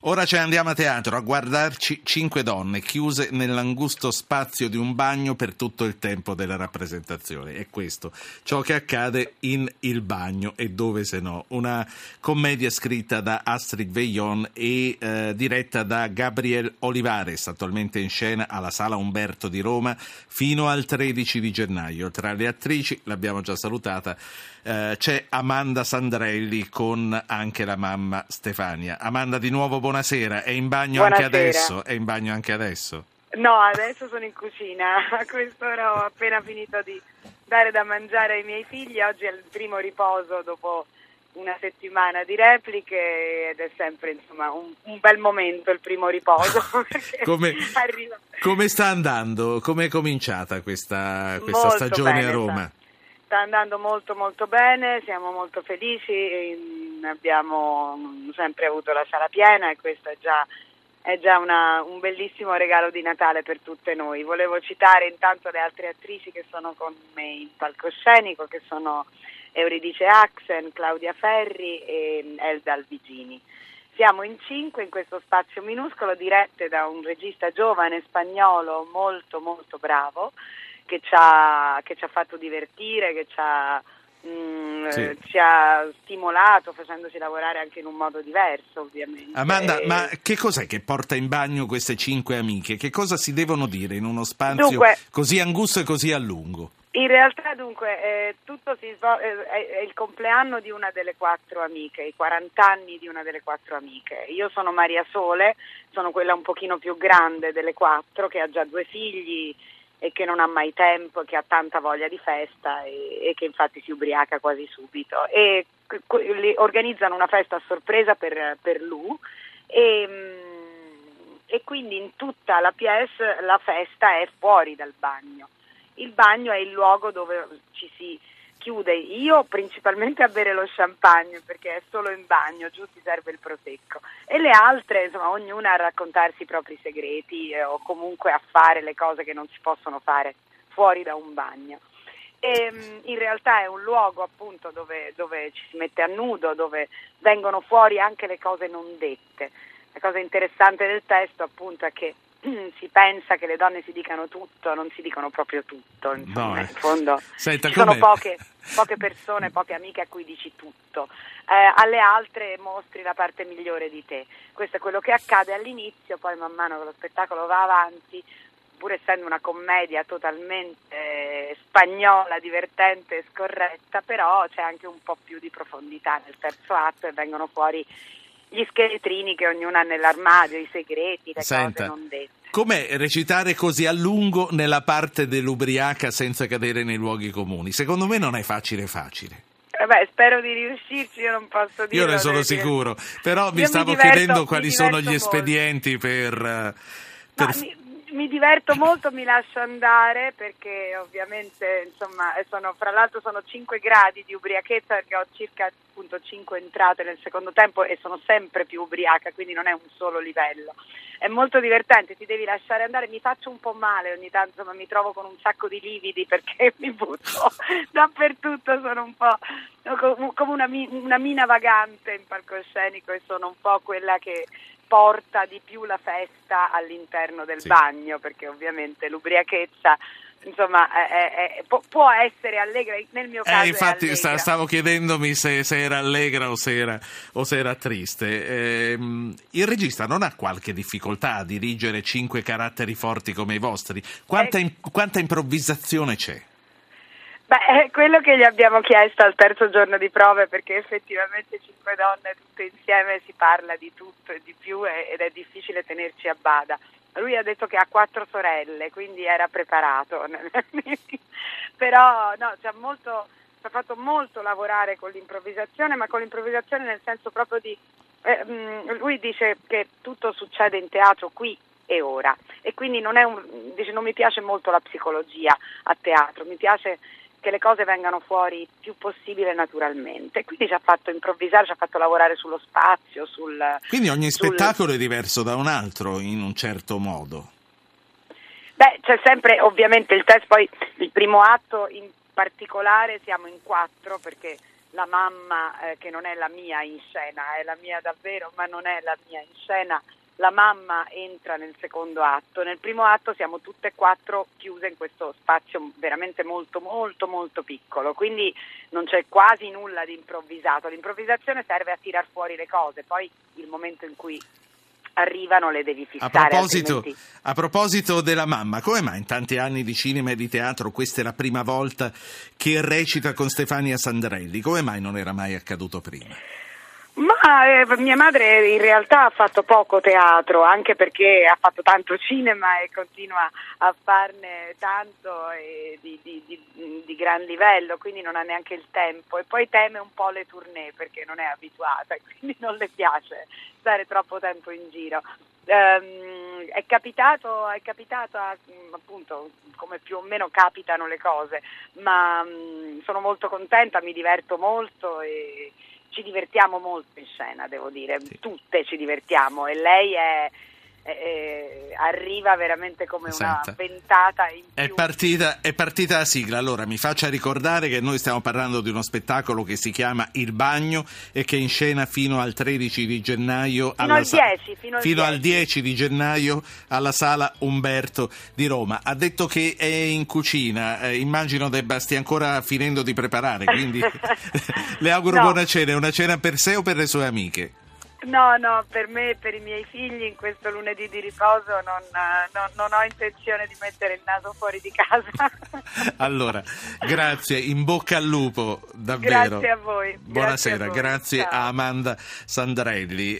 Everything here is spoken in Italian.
Ora ce ne andiamo a teatro a guardarci 5 donne chiuse nell'angusto spazio di un bagno per tutto il tempo della rappresentazione. È questo ciò che accade in Il bagno e dove se no. Una commedia scritta da Astrid Veillon e diretta da Gabriel Olivares, attualmente in scena alla Sala Umberto di Roma fino al 13 di gennaio. Tra le attrici, l'abbiamo già salutata, c'è Amanda Sandrelli con anche la mamma Stefania. Amanda, di nuovo buonasera. È in bagno Buonasera. anche adesso? È in bagno anche adesso? No, adesso sono in cucina. A quest'ora ho appena finito di dare da mangiare ai miei figli. Oggi è il primo riposo dopo una settimana di repliche ed è sempre insomma un bel momento il primo riposo. Come sta andando? Come è cominciata questa stagione bene, a Roma? Sta andando molto molto bene, siamo molto felici, abbiamo sempre avuto la sala piena e questo è già un bellissimo regalo di Natale per tutte noi. Volevo citare intanto le altre attrici che sono con me in palcoscenico, che sono Euridice Axen, Claudia Ferri e Elda Albigini. Siamo in 5 in questo spazio minuscolo, dirette da un regista giovane spagnolo molto molto bravo, che ci ha fatto divertire, che ci ha stimolato facendoci lavorare anche in un modo diverso, ovviamente. Amanda, ma che cos'è che porta in bagno queste 5 amiche? Che cosa si devono dire in uno spazio così angusto e così a lungo? In realtà tutto è il compleanno di una delle 4 amiche, i 40 anni di una delle 4 amiche. Io sono Maria Sole, sono quella un pochino più grande delle 4, che ha già 2 figli e che non ha mai tempo, che ha tanta voglia di festa e che infatti si ubriaca quasi subito. E organizzano una festa a sorpresa per Lu e quindi in tutta la pièce la festa è fuori dal bagno. Il bagno è il luogo dove ci si chiude, io principalmente a bere lo champagne perché è solo in bagno, giù si serve il prosecco, e le altre insomma ognuna a raccontarsi i propri segreti o comunque a fare le cose che non si possono fare fuori da un bagno. E in realtà è un luogo appunto dove ci si mette a nudo, dove vengono fuori anche le cose non dette. La cosa interessante del testo appunto è che si pensa che le donne si dicano tutto, non si dicono proprio tutto, insomma, in fondo Senta, ci sono poche persone, poche amiche a cui dici tutto, alle altre mostri la parte migliore di te. Questo è quello che accade all'inizio, poi man mano che lo spettacolo va avanti, pur essendo una commedia totalmente spagnola, divertente e scorretta, però c'è anche un po' più di profondità nel terzo atto e vengono fuori gli scheletrini che ognuno ha nell'armadio, i segreti, le cose non dette. Com'è recitare così a lungo nella parte dell'ubriaca senza cadere nei luoghi comuni? Secondo me non è facile. Spero di riuscirci, io non posso dire. Io ne sono sicuro, però mi stavo chiedendo quali sono gli espedienti Mi diverto molto, mi lascio andare perché ovviamente insomma fra l'altro sono 5 gradi di ubriachezza perché ho circa appunto 5 entrate nel secondo tempo e sono sempre più ubriaca, quindi non è un solo livello. È molto divertente, ti devi lasciare andare, mi faccio un po' male ogni tanto, insomma mi trovo con un sacco di lividi perché mi butto dappertutto, sono un po' come una mina vagante in palcoscenico e sono un po' quella che porta di più la festa all'interno del bagno, perché ovviamente l'ubriachezza insomma può essere allegra, nel mio caso infatti è allegra. Stavo chiedendomi se era allegra o se era triste. Il regista non ha qualche difficoltà a dirigere 5 caratteri forti come i vostri? Quanta improvvisazione c'è? È quello che gli abbiamo chiesto al terzo giorno di prove, perché effettivamente 5 donne tutte insieme si parla di tutto e di più ed è difficile tenerci a bada. Lui ha detto che ha 4 sorelle, quindi era preparato. Però no, ci ha fatto molto lavorare con l'improvvisazione, ma con l'improvvisazione nel senso proprio di... lui dice che tutto succede in teatro qui e ora, e quindi dice non mi piace molto la psicologia a teatro, mi piace che le cose vengano fuori più possibile naturalmente. Quindi ci ha fatto improvvisare, ci ha fatto lavorare sullo spazio, Quindi ogni spettacolo è diverso da un altro in un certo modo. C'è sempre ovviamente il testo, poi il primo atto in particolare siamo in 4 perché la mamma che non è la mia in scena, è la mia davvero, ma non è la mia in scena. La mamma entra nel secondo atto. Nel primo atto siamo tutte e quattro chiuse in questo spazio veramente molto molto molto piccolo, quindi non c'è quasi nulla di improvvisato. L'improvvisazione serve a tirar fuori le cose, poi il momento in cui arrivano le devi fissare. A proposito della mamma, come mai in tanti anni di cinema e di teatro questa è la prima volta che recita con Stefania Sandrelli? Come mai non era mai accaduto prima? Ma mia madre in realtà ha fatto poco teatro, anche perché ha fatto tanto cinema e continua a farne tanto e di gran livello, quindi non ha neanche il tempo, e poi teme un po' le tournée perché non è abituata e quindi non le piace stare troppo tempo in giro. È capitato appunto, come più o meno capitano le cose, ma sono molto contenta, mi diverto molto e ci divertiamo molto in scena, devo dire, sì. Tutte ci divertiamo, e lei arriva veramente come una ventata in più. È partita la sigla. Allora mi faccia ricordare che noi stiamo parlando di uno spettacolo che si chiama Il Bagno e che è in scena fino al 13 di gennaio fino al 10 di gennaio alla Sala Umberto di Roma. Ha detto che è in cucina, immagino stia ancora finendo di preparare, quindi le auguro buona cena. È una cena per sé o per le sue amiche? No, per me e per i miei figli in questo lunedì di riposo non ho intenzione di mettere il naso fuori di casa. Allora, grazie, in bocca al lupo, davvero. Grazie a voi. Buonasera, grazie a Amanda Sandrelli.